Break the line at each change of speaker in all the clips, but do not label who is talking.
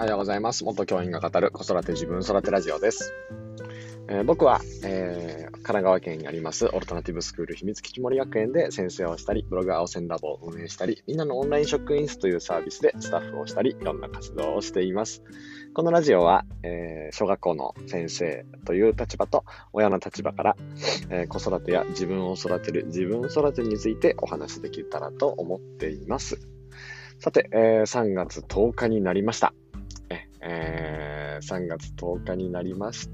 はようございます。元教員が語る子育て自分育てラジオです。僕は、神奈川県にありますオルタナティブスクール秘密基地森学園で先生をしたり、ブログ青線ラボを運営したり、みんなのオンライン職員室というサービスでスタッフをしたり、いろんな活動をしています。このラジオは、小学校の先生という立場と親の立場から、子育てや自分を育てる自分育てについてお話しできたらと思っています。さて、3月10日になりました。3月10日になりまして、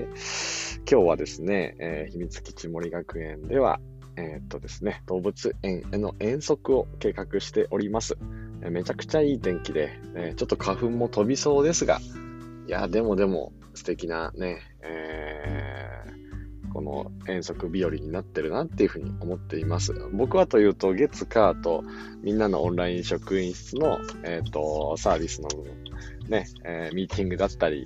今日はですね、秘密基地森学園では、ですね、動物園への遠足を計画しております。めちゃくちゃいい天気で、ちょっと花粉も飛びそうですが、いや、でも素敵なね、この遠足日和になってるなっていうふうに思っています。僕はというと、月火とみんなのオンライン職員室の、サービスのね、ミーティングだったり、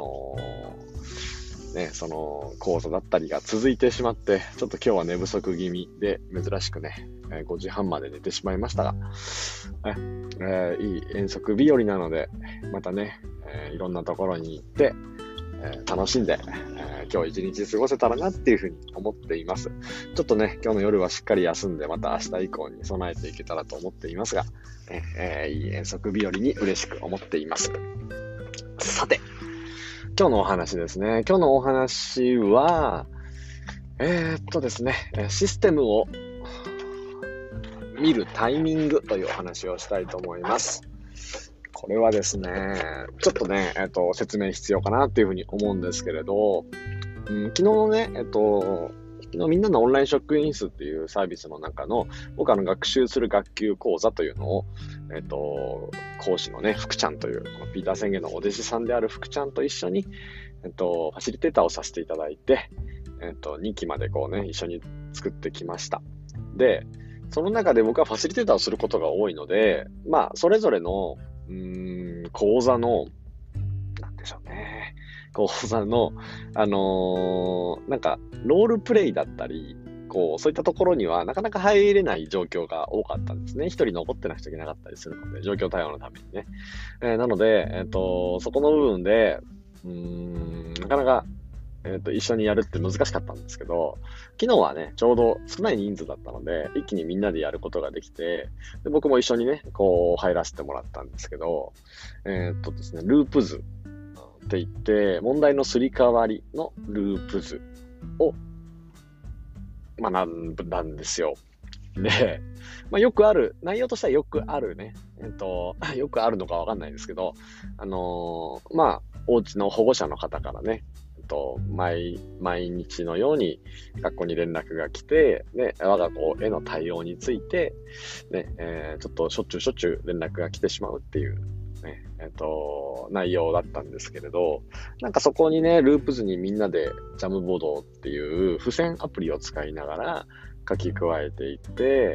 その講座だったりが続いてしまって、ちょっと今日は寝不足気味で珍しくね、5時半まで寝てしまいましたが、いい遠足日和なので、またね、いろんなところに行って、楽しんで、今日一日過ごせたらなっていうふうに思っています。ちょっとね、今日の夜はしっかり休んで、また明日以降に備えていけたらと思っていますが、いい遠足日和に嬉しく思っています。さて、今日のお話ですね。今日のお話は、ですね、システムを見るタイミングというお話をしたいと思います。これはですね、ちょっとね、説明必要かなっていうふうに思うんですけれど、昨日のね、昨日みんなのオンライン職員室っていうサービスの中の僕学習する学級講座というのを、講師のね、福ちゃんという、このピーター宣言のお弟子さんである福ちゃんと一緒に、ファシリテーターをさせていただいて、2期までこうね、一緒に作ってきました。で、その中で僕はファシリテーターをすることが多いので、まあ、それぞれの、講座の、なんでしょうね。講座の、なんか、ロールプレイだったり、そういったところにはなかなか入れない状況が多かったんですね。一人残ってなくちゃいけなかったりするので、状況対応のためにね。なので、そこの部分で、なかなか、一緒にやるって難しかったんですけど、昨日はね、ちょうど少ない人数だったので、一気にみんなでやることができて、で僕も一緒にね、入らせてもらったんですけど、ですね、ループ図って言って、問題のすり替わりのループ図を学んだんですよ。で、よくある、内容としてはよくあるね、よくあるのかわかんないですけど、お家の保護者の方からね、毎日のように学校に連絡が来て、ね、我が子への対応について、ね、ちょっとしょっちゅう連絡が来てしまうっていう、ね、内容だったんですけれど、なんかそこにね、ループ図にみんなでジャムボードっていう付箋アプリを使いながら書き加えていって、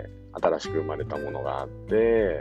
新しく生まれたものがあって、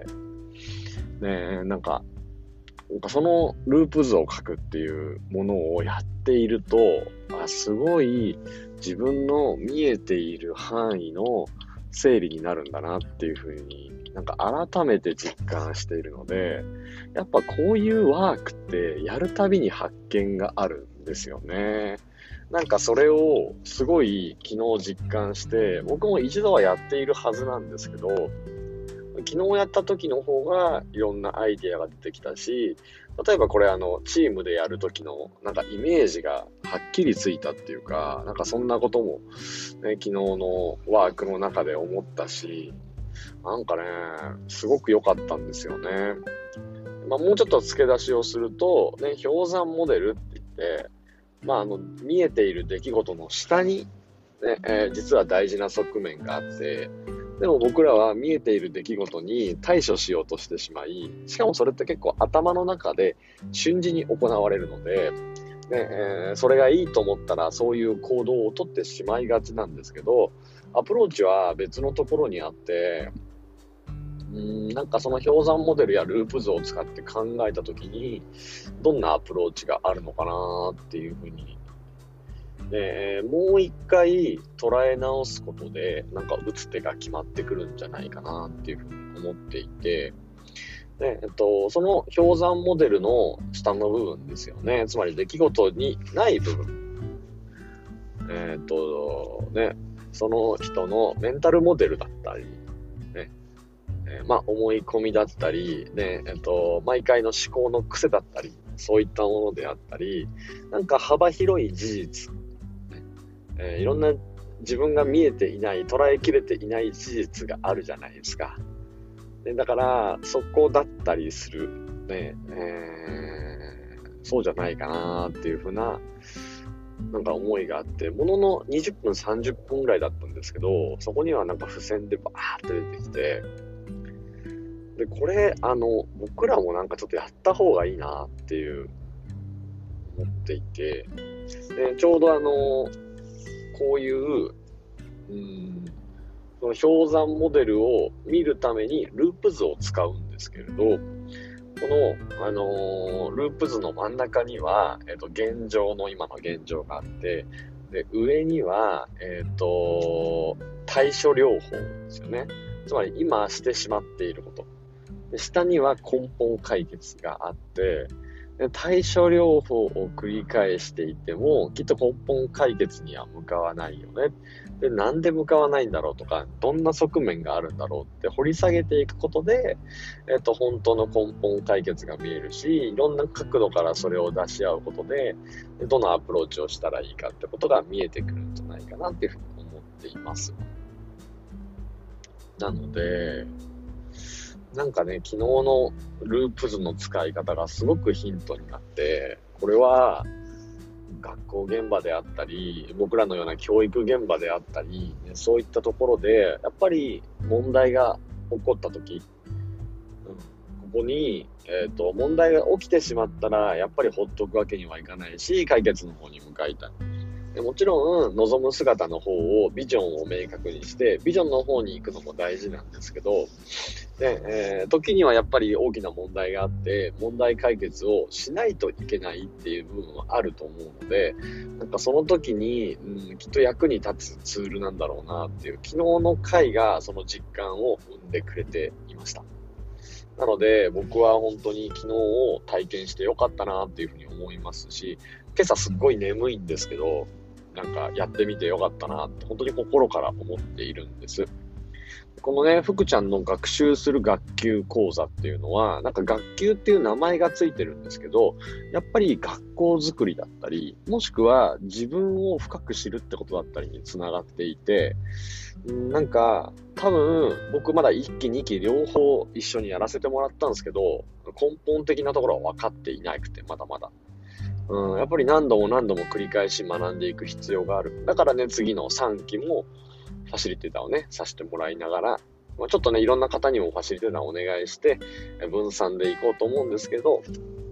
ね、なんかそのループ図を書くっていうものをやっていると、すごい自分の見えている範囲の整理になるんだなっていうふうになんか改めて実感しているので、やっぱこういうワークってやるたびに発見があるんですよね。なんかそれをすごい昨日実感して、僕も一度はやっているはずなんですけど、昨日やった時の方がいろんなアイディアが出てきたし、例えばこれチームでやる時のなんかイメージがはっきりついたっていうか、なんかそんなことも、ね、昨日のワークの中で思ったし、なんかね、すごく良かったんですよね。もうちょっと付け出しをすると、ね、氷山モデルって言って、見えている出来事の下に、ね、実は大事な側面があって、でも僕らは見えている出来事に対処しようとしてしまい、しかもそれって結構頭の中で瞬時に行われるので、それがいいと思ったらそういう行動をとってしまいがちなんですけど、アプローチは別のところにあって、なんかその氷山モデルやループ図を使って考えたときに、どんなアプローチがあるのかなっていうふうに、もう一回捉え直すことで、なんか打つ手が決まってくるんじゃないかなっていうふうに思っていて、 で、その氷山モデルの下の部分ですよね。つまり出来事にない部分。その人のメンタルモデルだったり、ね、思い込みだったり、ね、毎回の思考の癖だったり、そういったものであったり、なんか幅広い事実、いろんな自分が見えていない、捉えきれていない事実があるじゃないですか。でだから、そこだったりする、ねそうじゃないかなっていうふうな、なんか思いがあって、ものの20分、30分ぐらいだったんですけど、そこにはなんか付箋でバーって出てきて、で、これ、僕らもなんかちょっとやった方がいいなっていう思っていて、でちょうどこういう、その氷山モデルを見るためにループ図を使うんですけれど、この、ループ図の真ん中には、今の現状があって、で、上には、対処療法ですよね。つまり、今してしまっていること。で、下には根本解決があって、で対処療法を繰り返していても、きっと根本解決には向かわないよね。で、なんで向かわないんだろうとか、どんな側面があるんだろうって掘り下げていくことで、本当の根本解決が見えるし、いろんな角度からそれを出し合うことで、どのアプローチをしたらいいかってことが見えてくるんじゃないかなっていうふうに思っています。なので、なんかね、昨日のループ図の使い方がすごくヒントになって、これは学校現場であったり、僕らのような教育現場であったり、そういったところで、やっぱり問題が起こったとき、ここに、問題が起きてしまったら、やっぱりほっとくわけにはいかないし、解決の方に向かいたい。もちろん望む姿の方をビジョンを明確にしてビジョンの方に行くのも大事なんですけど、時にはやっぱり大きな問題があって問題解決をしないといけないっていう部分はあると思うので、なんかその時に、きっと役に立つツールなんだろうなっていう昨日の回がその実感を生んでくれていました。なので僕は本当に昨日を体験してよかったなっていうふうに思いますし、今朝すっごい眠いんですけど、なんかやってみてよかったなって本当に心から思っているんです。このね、福ちゃんの学習する学級講座っていうのは、なんか学級っていう名前がついてるんですけど、やっぱり学校づくりだったり、もしくは自分を深く知るってことだったりにつながっていて、なんか多分僕まだ1期2期両方一緒にやらせてもらったんですけど、根本的なところは分かっていなくて、まだまだ。やっぱり何度も繰り返し学んでいく必要がある。だからね、次の3期もファシリテーターをね、させてもらいながら、ちょっとね、いろんな方にもファシリテーターをお願いして、分散でいこうと思うんですけど、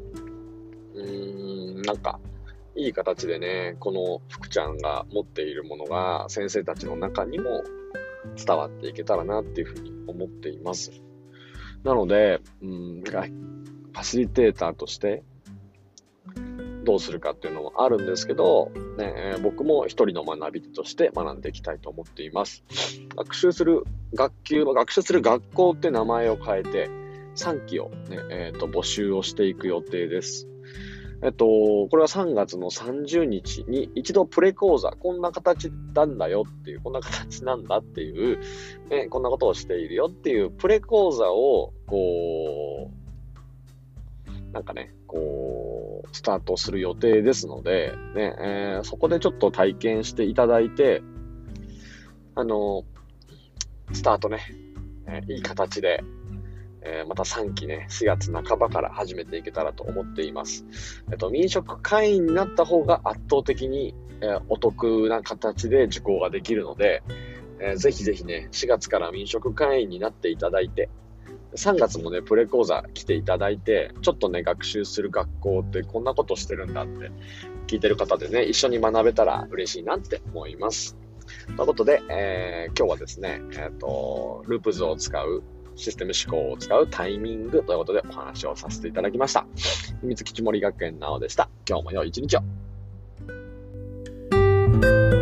なんか、いい形でね、この福ちゃんが持っているものが先生たちの中にも伝わっていけたらなっていうふうに思っています。なので、ファシリテーターとしてどうするかっていうのもあるんですけど、僕も一人の学び手として学んでいきたいと思っています。学習する学校って名前を変えて3期を、募集をしていく予定です。これは3月の30日に一度プレ講座、こんな形なんだよっていう、こんな形なんだっていう、こんなことをしているよっていうプレ講座を、スタートする予定ですので、そこでちょっと体験していただいて、スタートね、いい形で、また3期ね、4月半ばから始めていけたらと思っています。民食会員になった方が圧倒的に、お得な形で受講ができるので、ぜひぜひね、4月から民食会員になっていただいて、3月もね、プレ講座来ていただいて、ちょっとね、学習する学校ってこんなことしてるんだって聞いてる方でね、一緒に学べたら嬉しいなって思います。ということで、今日はですね、ループ図を使う、システム思考を使うタイミングということでお話をさせていただきました。秘密基地森学園なおでした。今日も良い一日を。